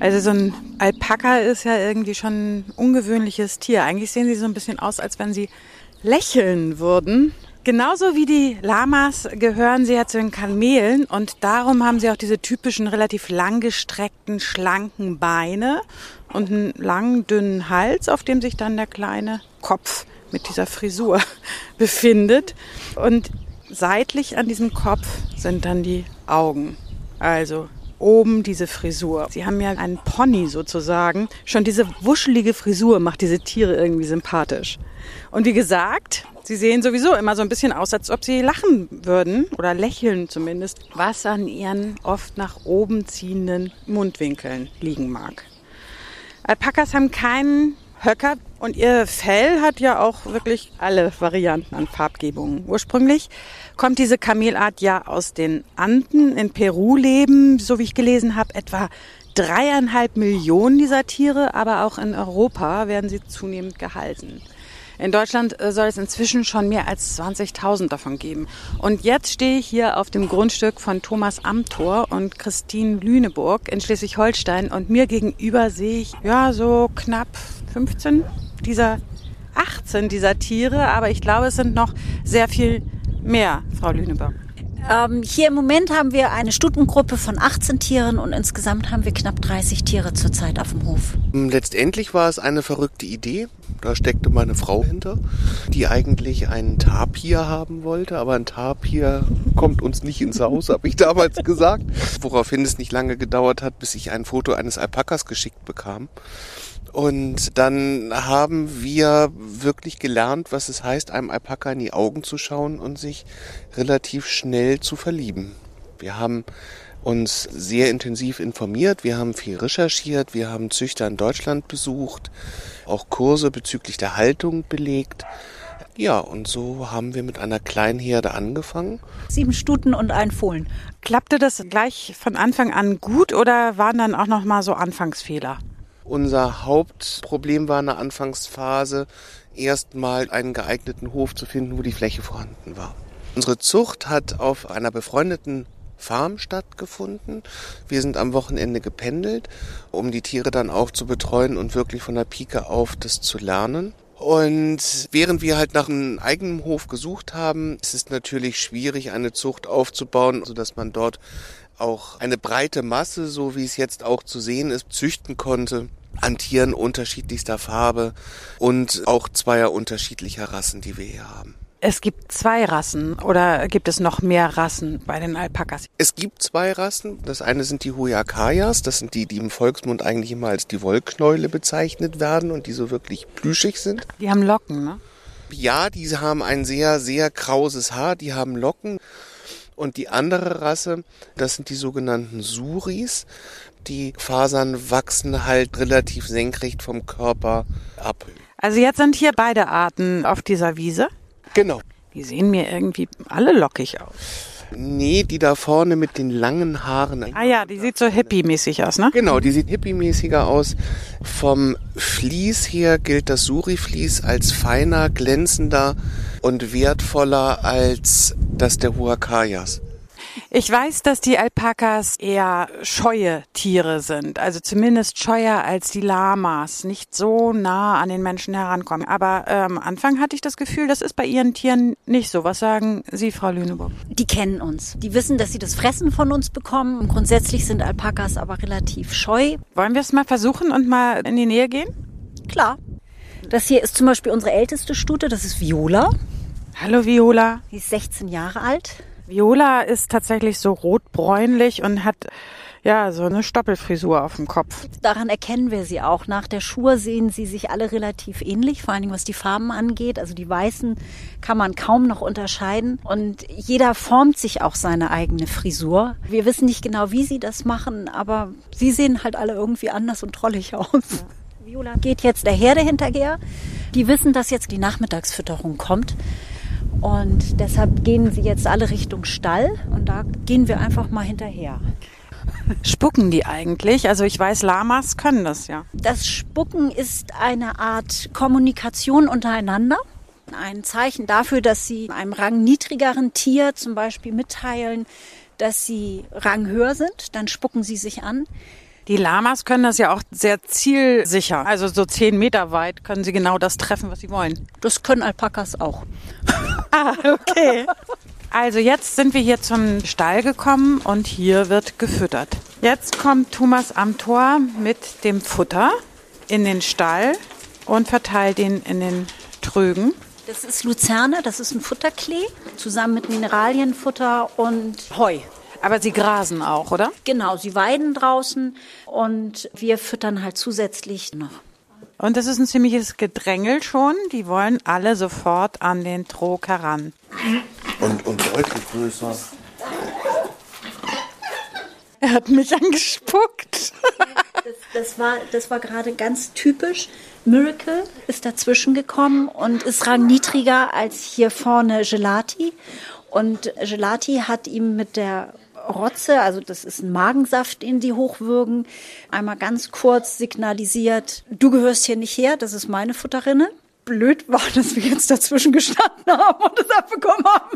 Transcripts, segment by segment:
Also so ein Alpaka ist ja irgendwie schon ein ungewöhnliches Tier. Eigentlich sehen sie so ein bisschen aus, als wenn sie lächeln würden. Genauso wie die Lamas gehören sie ja zu den Kamelen und darum haben sie auch diese typischen, relativ langgestreckten, schlanken Beine und einen langen, dünnen Hals, auf dem sich dann der kleine Kopf mit dieser Frisur befindet. Und seitlich an diesem Kopf sind dann die Augen, also oben diese Frisur. Sie haben ja einen Pony sozusagen. Schon diese wuschelige Frisur macht diese Tiere irgendwie sympathisch. Und wie gesagt, sie sehen sowieso immer so ein bisschen aus, als ob sie lachen würden oder lächeln zumindest, was an ihren oft nach oben ziehenden Mundwinkeln liegen mag. Alpakas haben keinen Höcker und ihr Fell hat ja auch wirklich alle Varianten an Farbgebungen. Ursprünglich kommt diese Kamelart ja aus den Anden. In Peru leben, so wie ich gelesen habe, etwa 3,5 Millionen dieser Tiere, aber auch in Europa werden sie zunehmend gehalten. In Deutschland soll es inzwischen schon mehr als 20.000 davon geben. Und jetzt stehe ich hier auf dem Grundstück von Thomas Amthor und Christine Lüneburg in Schleswig-Holstein und mir gegenüber sehe ich so knapp 18 dieser Tiere, aber ich glaube, es sind noch sehr viel mehr, Frau Lüneburg. Hier im Moment haben wir eine Stutengruppe von 18 Tieren und insgesamt haben wir knapp 30 Tiere zurzeit auf dem Hof. Letztendlich war es eine verrückte Idee. Da steckte meine Frau hinter, die eigentlich einen Tapir haben wollte. Aber ein Tapir kommt uns nicht ins Haus, habe ich damals gesagt. Woraufhin es nicht lange gedauert hat, bis ich ein Foto eines Alpakas geschickt bekam. Und dann haben wir wirklich gelernt, was es heißt, einem Alpaka in die Augen zu schauen und sich relativ schnell zu verlieben. Wir haben uns sehr intensiv informiert, wir haben viel recherchiert, wir haben Züchter in Deutschland besucht, auch Kurse bezüglich der Haltung belegt. Ja, und so haben wir mit einer kleinen Herde angefangen. 7 Stuten und ein Fohlen. Klappte das gleich von Anfang an gut oder waren dann auch noch mal so Anfangsfehler? Unser Hauptproblem war in der Anfangsphase, erstmal einen geeigneten Hof zu finden, wo die Fläche vorhanden war. Unsere Zucht hat auf einer befreundeten Farm stattgefunden. Wir sind am Wochenende gependelt, um die Tiere dann auch zu betreuen und wirklich von der Pike auf das zu lernen. Und während wir halt nach einem eigenen Hof gesucht haben, ist es natürlich schwierig, eine Zucht aufzubauen, sodass man dort auch eine breite Masse, so wie es jetzt auch zu sehen ist, züchten konnte an Tieren unterschiedlichster Farbe und auch zweier unterschiedlicher Rassen, die wir hier haben. Es gibt 2 Rassen oder gibt es noch mehr Rassen bei den Alpakas? Es gibt 2 Rassen. Das eine sind die Huaycayas. Das sind die, die im Volksmund eigentlich immer als die Wollknäule bezeichnet werden und die so wirklich plüschig sind. Die haben Locken, ne? Ja, die haben ein sehr, sehr krauses Haar. Die haben Locken. Und die andere Rasse, das sind die sogenannten Suris. Die Fasern wachsen halt relativ senkrecht vom Körper ab. Also jetzt sind hier beide Arten auf dieser Wiese? Genau. Die sehen mir irgendwie alle lockig aus. Nee, die da vorne mit den langen Haaren. Ah ja, die sieht so hippie-mäßig aus, ne? Genau, die sieht hippie-mäßiger aus. Vom Vlies her gilt das Suri-Vlies als feiner, glänzender und wertvoller als das der Huaycayas. Ich weiß, dass die Alpakas eher scheue Tiere sind, also zumindest scheuer als die Lamas, nicht so nah an den Menschen herankommen. Aber am Anfang hatte ich das Gefühl, das ist bei ihren Tieren nicht so. Was sagen Sie, Frau Lüneburg? Die kennen uns. Die wissen, dass sie das Fressen von uns bekommen. Und grundsätzlich sind Alpakas aber relativ scheu. Wollen wir es mal versuchen und mal in die Nähe gehen? Klar. Das hier ist zum Beispiel unsere älteste Stute, das ist Viola. Hallo Viola. Die ist 16 Jahre alt. Viola ist tatsächlich so rotbräunlich und hat so eine Stoppelfrisur auf dem Kopf. Daran erkennen wir sie auch. Nach der Schur sehen sie sich alle relativ ähnlich, vor allen Dingen was die Farben angeht. Also die Weißen kann man kaum noch unterscheiden. Und jeder formt sich auch seine eigene Frisur. Wir wissen nicht genau, wie sie das machen, aber sie sehen halt alle irgendwie anders und trollig aus. Ja. Viola geht jetzt der Herde hinterher. Die wissen, dass jetzt die Nachmittagsfütterung kommt. Und deshalb gehen sie jetzt alle Richtung Stall und da gehen wir einfach mal hinterher. Spucken die eigentlich? Also ich weiß, Lamas können das ja. Das Spucken ist eine Art Kommunikation untereinander. Ein Zeichen dafür, dass sie einem rangniedrigeren Tier zum Beispiel mitteilen, dass sie ranghöher sind. Dann spucken sie sich an. Die Lamas können das ja auch sehr zielsicher. Also so 10 Meter weit können sie genau das treffen, was sie wollen. Das können Alpakas auch. Ah, okay. Also jetzt sind wir hier zum Stall gekommen und hier wird gefüttert. Jetzt kommt Thomas Amthor mit dem Futter in den Stall und verteilt ihn in den Trögen. Das ist Luzerne, das ist ein Futterklee, zusammen mit Mineralienfutter und Heu. Aber sie grasen auch, oder? Genau, sie weiden draußen und wir füttern halt zusätzlich noch. Und das ist ein ziemliches Gedrängel schon. Die wollen alle sofort an den Trog heran. Und deutlich größer. Er hat mich angespuckt. Das war gerade ganz typisch. Miracle ist dazwischen gekommen und ist rangniedriger als hier vorne Gelati. Und Gelati hat ihm mit der Rotze, also das ist ein Magensaft, den sie hochwürgen, einmal ganz kurz signalisiert, du gehörst hier nicht her, das ist meine Futterrinne. Blöd war, dass wir jetzt dazwischen gestanden haben und es abbekommen haben.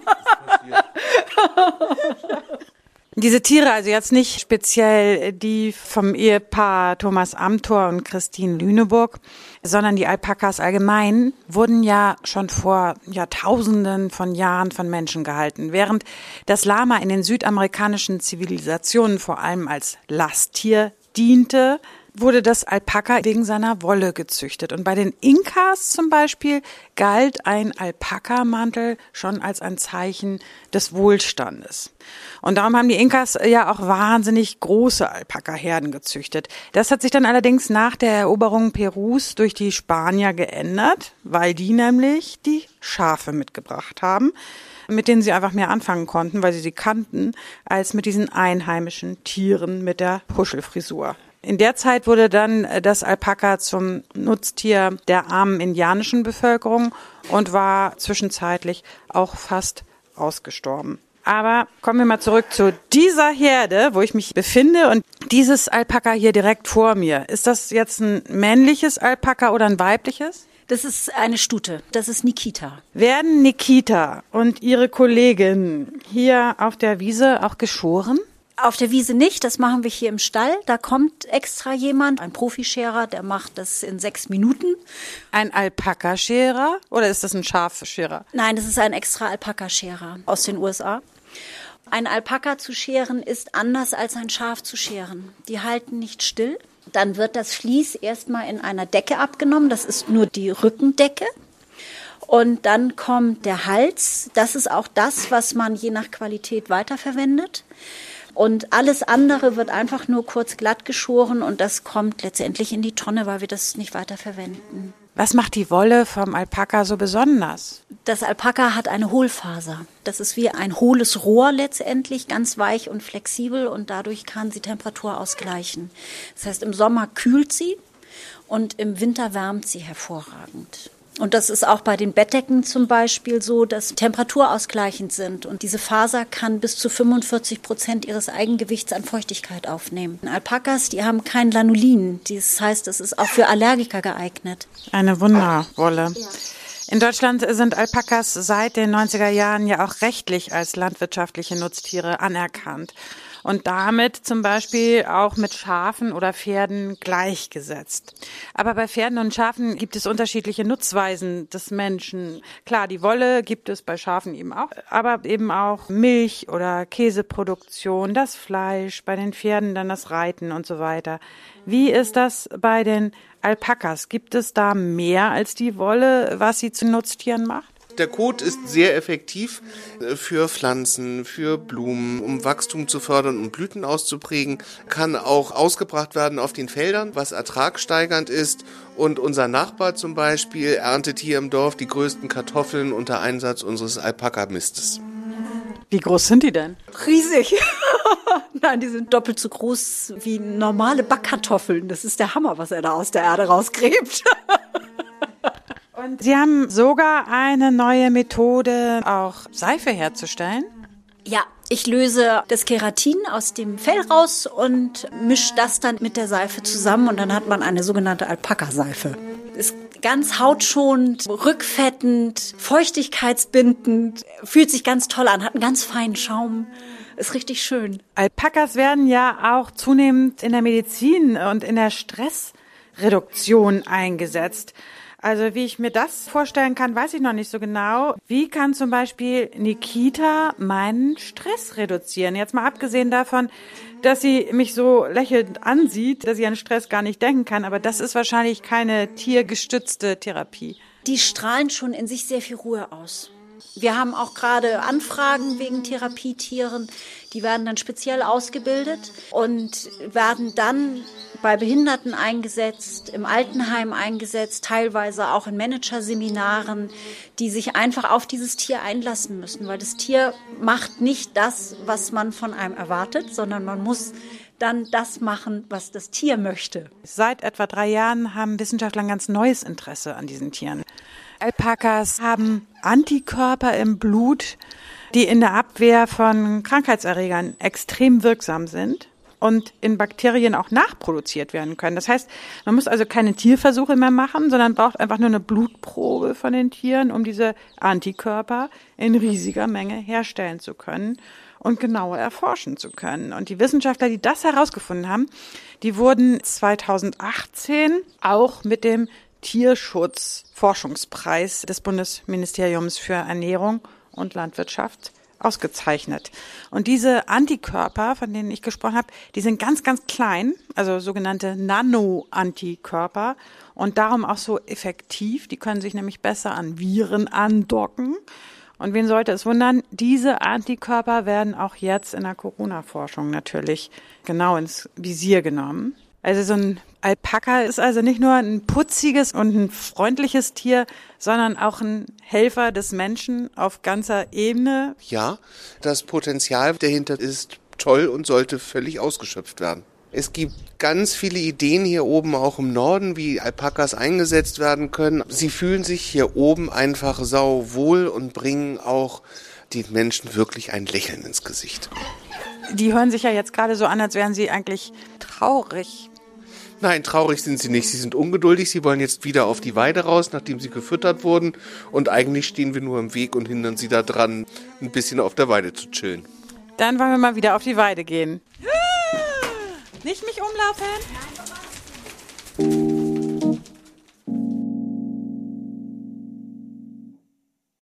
Diese Tiere, also jetzt nicht speziell die vom Ehepaar Thomas Amthor und Christine Lüneburg, sondern die Alpakas allgemein, wurden ja schon vor Jahrtausenden von Jahren von Menschen gehalten. Während das Lama in den südamerikanischen Zivilisationen vor allem als Lasttier diente, wurde das Alpaka wegen seiner Wolle gezüchtet. Und bei den Inkas zum Beispiel galt ein Alpakamantel schon als ein Zeichen des Wohlstandes. Und darum haben die Inkas ja auch wahnsinnig große Alpakaherden gezüchtet. Das hat sich dann allerdings nach der Eroberung Perus durch die Spanier geändert, weil die nämlich die Schafe mitgebracht haben, mit denen sie einfach mehr anfangen konnten, weil sie kannten, als mit diesen einheimischen Tieren mit der Puschelfrisur. In der Zeit wurde dann das Alpaka zum Nutztier der armen indianischen Bevölkerung und war zwischenzeitlich auch fast ausgestorben. Aber kommen wir mal zurück zu dieser Herde, wo ich mich befinde. Und dieses Alpaka hier direkt vor mir, ist das jetzt ein männliches Alpaka oder ein weibliches? Das ist eine Stute, das ist Nikita. Werden Nikita und ihre Kollegin hier auf der Wiese auch geschoren? Auf der Wiese nicht, das machen wir hier im Stall. Da kommt extra jemand, ein Profischerer, der macht das in 6 Minuten. Ein Alpakascherer oder ist das ein Schafscherer? Nein, das ist ein extra Alpakascherer aus den USA. Ein Alpaka zu scheren ist anders als ein Schaf zu scheren. Die halten nicht still. Dann wird das Vlies erstmal in einer Decke abgenommen. Das ist nur die Rückendecke. Und dann kommt der Hals. Das ist auch das, was man je nach Qualität weiterverwendet. Und alles andere wird einfach nur kurz glatt geschoren und das kommt letztendlich in die Tonne, weil wir das nicht weiter verwenden. Was macht die Wolle vom Alpaka so besonders? Das Alpaka hat eine Hohlfaser. Das ist wie ein hohles Rohr letztendlich, ganz weich und flexibel und dadurch kann sie Temperatur ausgleichen. Das heißt, im Sommer kühlt sie und im Winter wärmt sie hervorragend. Und das ist auch bei den Bettdecken zum Beispiel so, dass temperaturausgleichend sind. Und diese Faser kann bis zu 45% ihres Eigengewichts an Feuchtigkeit aufnehmen. Alpakas, die haben kein Lanolin. Das heißt, es ist auch für Allergiker geeignet. Eine Wunderwolle. Ja. In Deutschland sind Alpakas seit den 90er Jahren ja auch rechtlich als landwirtschaftliche Nutztiere anerkannt. Und damit zum Beispiel auch mit Schafen oder Pferden gleichgesetzt. Aber bei Pferden und Schafen gibt es unterschiedliche Nutzweisen des Menschen. Klar, die Wolle gibt es bei Schafen eben auch, aber eben auch Milch- oder Käseproduktion, das Fleisch, bei den Pferden dann das Reiten und so weiter. Wie ist das bei den Alpakas? Gibt es da mehr als die Wolle, was sie zu Nutztieren macht? Der Kot ist sehr effektiv für Pflanzen, für Blumen, um Wachstum zu fördern und Blüten auszuprägen. Kann auch ausgebracht werden auf den Feldern, was ertragsteigernd ist. Und unser Nachbar zum Beispiel erntet hier im Dorf die größten Kartoffeln unter Einsatz unseres Alpakamistes. Wie groß sind die denn? Riesig. Nein, die sind doppelt so groß wie normale Backkartoffeln. Das ist der Hammer, was er da aus der Erde rausgräbt. Und Sie haben sogar eine neue Methode, auch Seife herzustellen? Ja, ich löse das Keratin aus dem Fell raus und mische das dann mit der Seife zusammen und dann hat man eine sogenannte Alpaka-Seife. Ist ganz hautschonend, rückfettend, feuchtigkeitsbindend, fühlt sich ganz toll an, hat einen ganz feinen Schaum. ist richtig schön. Alpakas werden ja auch zunehmend in der Medizin und in der Stressreduktion eingesetzt. Also wie ich mir das vorstellen kann, weiß ich noch nicht so genau. Wie kann zum Beispiel Nikita meinen Stress reduzieren? Jetzt mal abgesehen davon, dass sie mich so lächelnd ansieht, dass sie an Stress gar nicht denken kann. Aber das ist wahrscheinlich keine tiergestützte Therapie. Die strahlen schon in sich sehr viel Ruhe aus. Wir haben auch gerade Anfragen wegen Therapietieren. Die werden dann speziell ausgebildet und werden dann bei Behinderten eingesetzt, im Altenheim eingesetzt, teilweise auch in Managerseminaren, die sich einfach auf dieses Tier einlassen müssen, weil das Tier macht nicht das, was man von einem erwartet, sondern man muss dann das machen, was das Tier möchte. Seit etwa 3 Jahren haben Wissenschaftler ein ganz neues Interesse an diesen Tieren. Alpakas haben Antikörper im Blut, die in der Abwehr von Krankheitserregern extrem wirksam sind und in Bakterien auch nachproduziert werden können. Das heißt, man muss also keine Tierversuche mehr machen, sondern braucht einfach nur eine Blutprobe von den Tieren, um diese Antikörper in riesiger Menge herstellen zu können und genauer erforschen zu können. Und die Wissenschaftler, die das herausgefunden haben, die wurden 2018 auch mit dem Tierschutzforschungspreis des Bundesministeriums für Ernährung und Landwirtschaft ausgezeichnet. Und diese Antikörper, von denen ich gesprochen habe, die sind ganz, ganz klein, also sogenannte Nano-Antikörper und darum auch so effektiv. Die können sich nämlich besser an Viren andocken. Und wen sollte es wundern, diese Antikörper werden auch jetzt in der Corona-Forschung natürlich genau ins Visier genommen. Also so ein Alpaka ist also nicht nur ein putziges und ein freundliches Tier, sondern auch ein Helfer des Menschen auf ganzer Ebene. Ja, das Potenzial dahinter ist toll und sollte völlig ausgeschöpft werden. Es gibt ganz viele Ideen hier oben, auch im Norden, wie Alpakas eingesetzt werden können. Sie fühlen sich hier oben einfach sauwohl und bringen auch den Menschen wirklich ein Lächeln ins Gesicht. Die hören sich ja jetzt gerade so an, als wären sie eigentlich traurig. Nein, traurig sind sie nicht. Sie sind ungeduldig. Sie wollen jetzt wieder auf die Weide raus, nachdem sie gefüttert wurden. Und eigentlich stehen wir nur im Weg und hindern sie daran, ein bisschen auf der Weide zu chillen. Dann wollen wir mal wieder auf die Weide gehen. Nicht mich umlaufen.